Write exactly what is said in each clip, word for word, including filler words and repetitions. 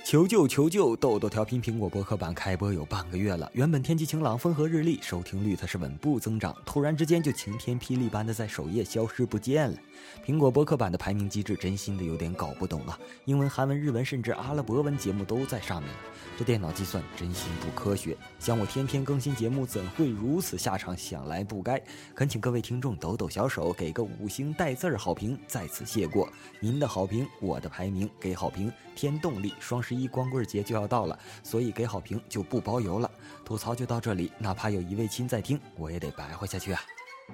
求救求救！豆豆调频苹果播客版开播有半个月了，原本天气晴朗，风和日丽，收听率它是稳步增长，突然之间就晴天霹雳般的在首页消失不见了。苹果播客版的排名机制真心的有点搞不懂啊，英文、韩文、日文甚至阿拉伯文节目都在上面了，这电脑计算真心不科学。像我天天更新节目，怎会如此下场？想来不该。恳请各位听众抖抖小手，给个五星带字儿好评，在此谢过。您的好评，我的排名，给好评添动力。双十一光棍节就要到了，所以给好评就不包邮了。吐槽就到这里，哪怕有一位亲在听，我也得白活下去啊。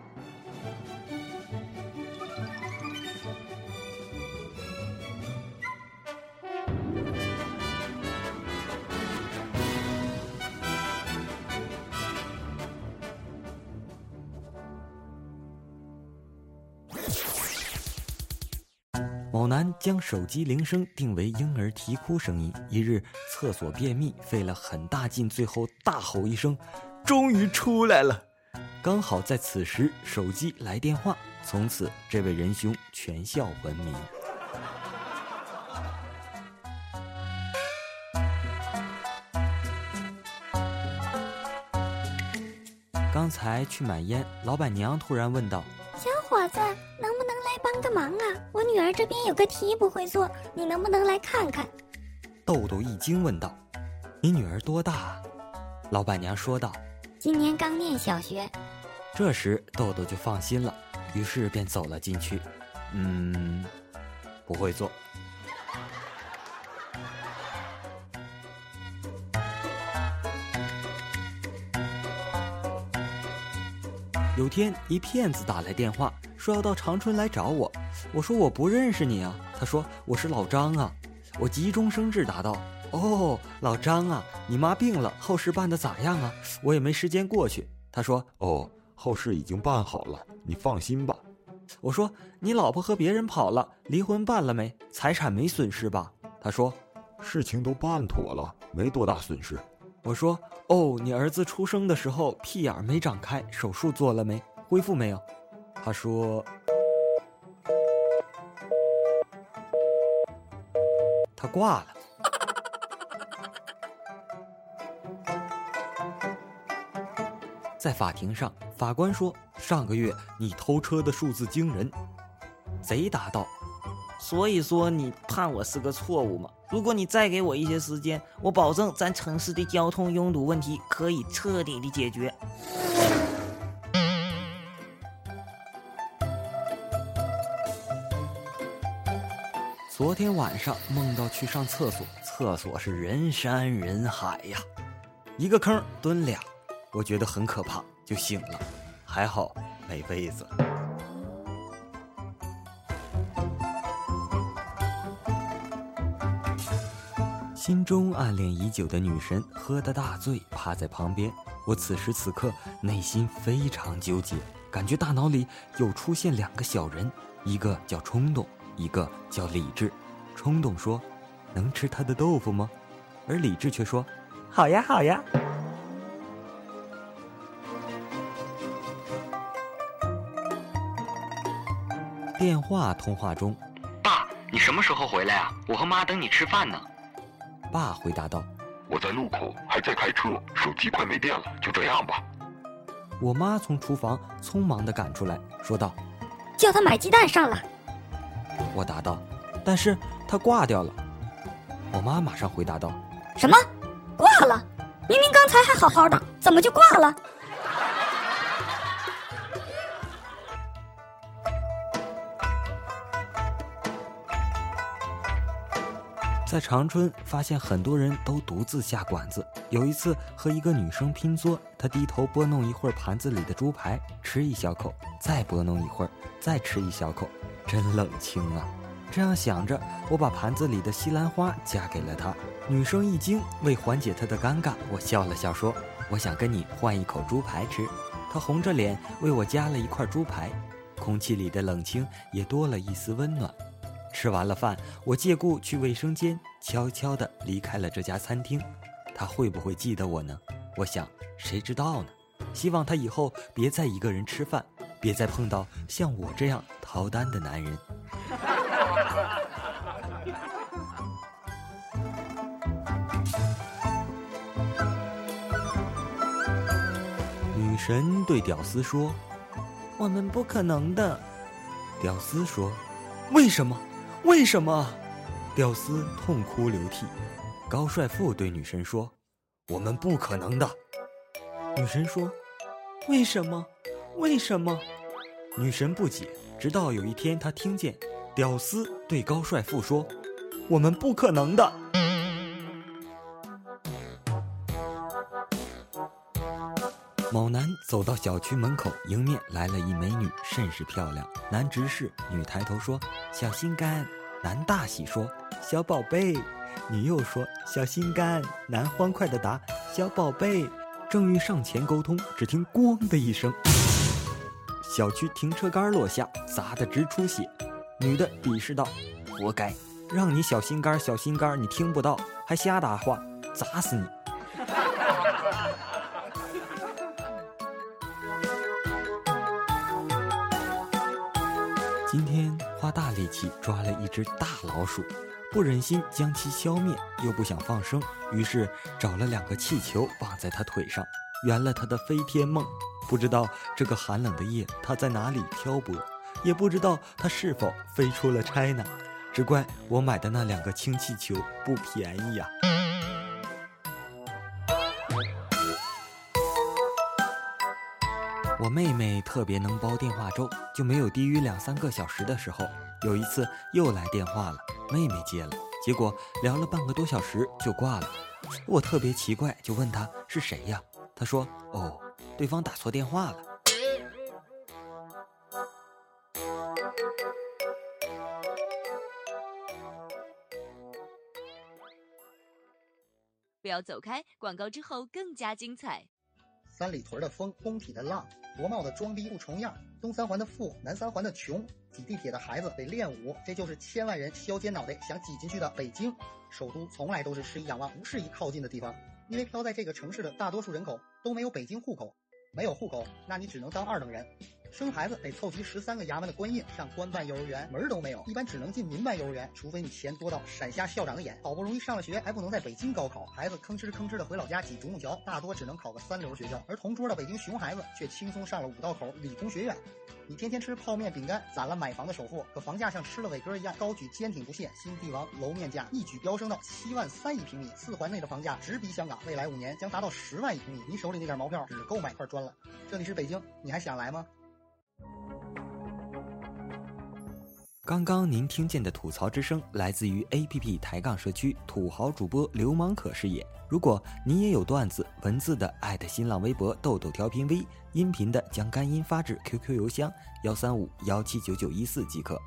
某男将手机铃声定为婴儿啼哭声音，一日厕所便秘，费了很大劲，最后大吼一声，终于出来了。刚好在此时手机来电话，从此这位仁兄全校闻名。刚才去买烟，老板娘突然问道， 小伙子，能不能来帮个忙啊？我女儿这边有个题不会做，你能不能来看看？ 豆豆一惊问道，你女儿多大啊？老板娘说道， 今年刚念小学。 这时豆豆就放心了，于是便走了进去。嗯，不会做。有天一骗子打来电话，说要到长春来找我，我说我不认识你啊，他说我是老张啊，我急中生智答道，哦，老张啊，你妈病了，后事办得咋样啊？我也没时间过去。他说， 哦，后事已经办好了，你放心吧。 我说，你老婆和别人跑了，离婚办了没？财产没损失吧？他说， 事情都办妥了，没多大损失。 我说，哦，你儿子出生的时候屁眼没长开，手术做了没？恢复没有？他说，他挂了。在法庭上，法官说，上个月你偷车的数字惊人。贼答道， 所以说你判我是个错误吗？如果你再给我一些时间，我保证咱城市的交通拥堵问题可以彻底的解决。 昨天晚上梦到去上厕所，厕所是人山人海呀，一个坑蹲俩，我觉得很可怕，就醒了，还好没被子。心中暗恋已久的女神喝得大醉，趴在旁边，我此时此刻内心非常纠结，感觉大脑里有出现两个小人，一个叫冲动，一个叫理智。冲动说，能吃他的豆腐吗？而理智却说，好呀好呀。电话通话中， 爸，你什么时候回来啊？我和妈等你吃饭呢。 爸回答道， 我在路口，还在开车，手机快没电了，就这样吧。 我妈从厨房匆忙地赶出来，说道， 叫他买鸡蛋上来。 我答道，但是他挂掉了。我妈马上回答道， 什么？挂了？明明刚才还好好的，怎么就挂了？ 在长春发现很多人都独自下馆子，有一次和一个女生拼桌，她低头拨弄一会儿盘子里的猪排，吃一小口，再拨弄一会儿，再吃一小口，真冷清啊。这样想着，我把盘子里的西兰花夹给了她。女生一惊，为缓解她的尴尬，我笑了笑说，我想跟你换一口猪排吃。她红着脸为我夹了一块猪排，空气里的冷清也多了一丝温暖。吃完了饭，我借故去卫生间，悄悄地离开了这家餐厅。他会不会记得我呢？我想，谁知道呢？希望他以后别再一个人吃饭，别再碰到像我这样逃单的男人。 神对屌丝说： 我们不可能的。 屌丝说：为什么？为什么？屌丝痛哭流涕。高帅富对女神说：我们不可能的。女神说：为什么？为什么？女神不解，直到有一天她听见屌丝对高帅富说：我们不可能的。某男走到小区门口，迎面来了一美女，甚是漂亮。男直视，女抬头说：小心肝。男大喜说：小宝贝。女又说：小心肝。男欢快地答：小宝贝。正欲上前沟通，只听咣的一声，小区停车杆落下，砸得直出血。女的鄙视道：活该，让你小心肝小心肝，你听不到还瞎打话，砸死你。今天花大力气抓了一只大老鼠，不忍心将其消灭，又不想放生，于是找了两个气球绑在它腿上，圆了它的飞天梦。不知道这个寒冷的夜它在哪里漂泊，也不知道它是否飞出了 China， 只怪我买的那两个氢气球不便宜呀、啊。我妹妹特别能煲电话粥，就没有低于两三个小时的时候，有一次又来电话了，妹妹接了，结果聊了半个多小时就挂了。我特别奇怪，就问她是谁呀？她说：哦，对方打错电话了。 不要走开，广告之后更加精彩。 三里屯的风，工体的浪，国贸的装逼不重样，东三环的富，南三环的穷，挤地铁的孩子得练武，这就是千万人削尖脑袋想挤进去的北京。首都从来都是适宜仰望不适宜靠近的地方，因为飘在这个城市的大多数人口都没有北京户口，没有户口，那你只能当二等人。生孩子得凑齐十三个衙门的官印，上官办幼儿园门都没有，一般只能进民办幼儿园，除非你钱多到闪瞎校长的眼。好不容易上了学，还不能在北京高考，孩子吭哧吭哧的回老家挤独木桥，大多只能考个三流学校。而同桌的北京熊孩子却轻松上了五道口理工学院。你天天吃泡面饼干，攒了买房的首付，可房价像吃了伟哥一样高举坚挺不懈。新地王楼面价一举飙升到七万三一平米，四环内的房价直逼香港，未来五年将达到十万一平米。你手里那点毛票只够买块砖了。这里是北京，你还想来吗？ 刚刚您听见的吐槽之声来自于 A P P 抬杠社区土豪主播流氓可视野。如果你也有段子，文字的艾特新浪微博豆豆调频 V， 音频的将干音发至 Q Q 邮箱幺三五幺七九九一四即可。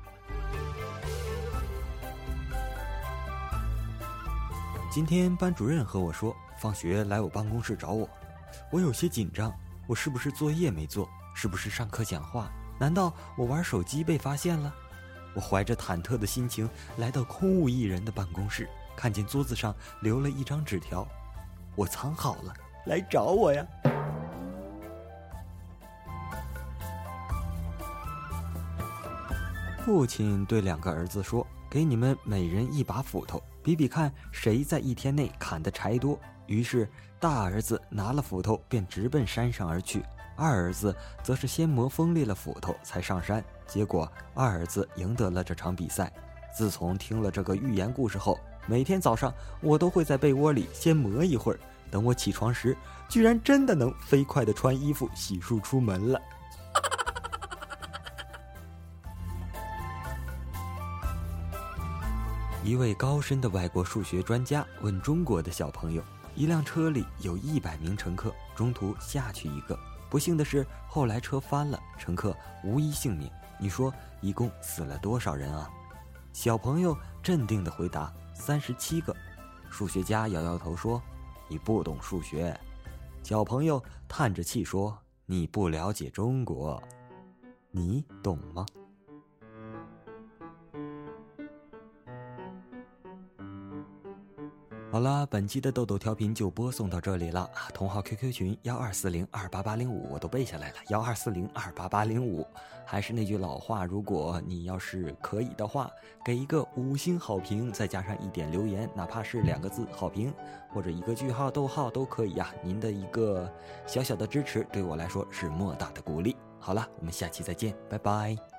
今天班主任和我说，放学来我办公室找我，我有些紧张，我是不是作业没做？是不是上课讲话？难道我玩手机被发现了？我怀着忐忑的心情来到空无一人的办公室，看见桌子上留了一张纸条，我藏好了，来找我呀。父亲对两个儿子说，给你们每人一把斧头，比比看谁在一天内砍的柴多。于是大儿子拿了斧头便直奔山上而去，二儿子则是先磨锋利了斧头才上山，结果二儿子赢得了这场比赛。自从听了这个寓言故事后，每天早上我都会在被窝里先磨一会儿，等我起床时，居然真的能飞快地穿衣服洗漱出门了。一位高深的外国数学专家问中国的小朋友，一辆车里有一百名乘客，中途下去一个，不幸的是后来车翻了，乘客无一幸免，你说一共死了多少人啊？小朋友镇定地回答，三十七个。数学家摇摇头说，你不懂数学。小朋友叹着气说，你不了解中国。你懂吗？ 好了，本期的豆豆调频就播送到这里了。同号 Q Q 群幺二四零二八八零五我都背下来了，幺二四零二八八零五。还是那句老话，如果你要是可以的话，给一个五星好评，再加上一点留言，哪怕是两个字好评或者一个句号逗号都可以呀、啊。您的一个小小的支持对我来说是莫大的鼓励。好了，我们下期再见，拜拜。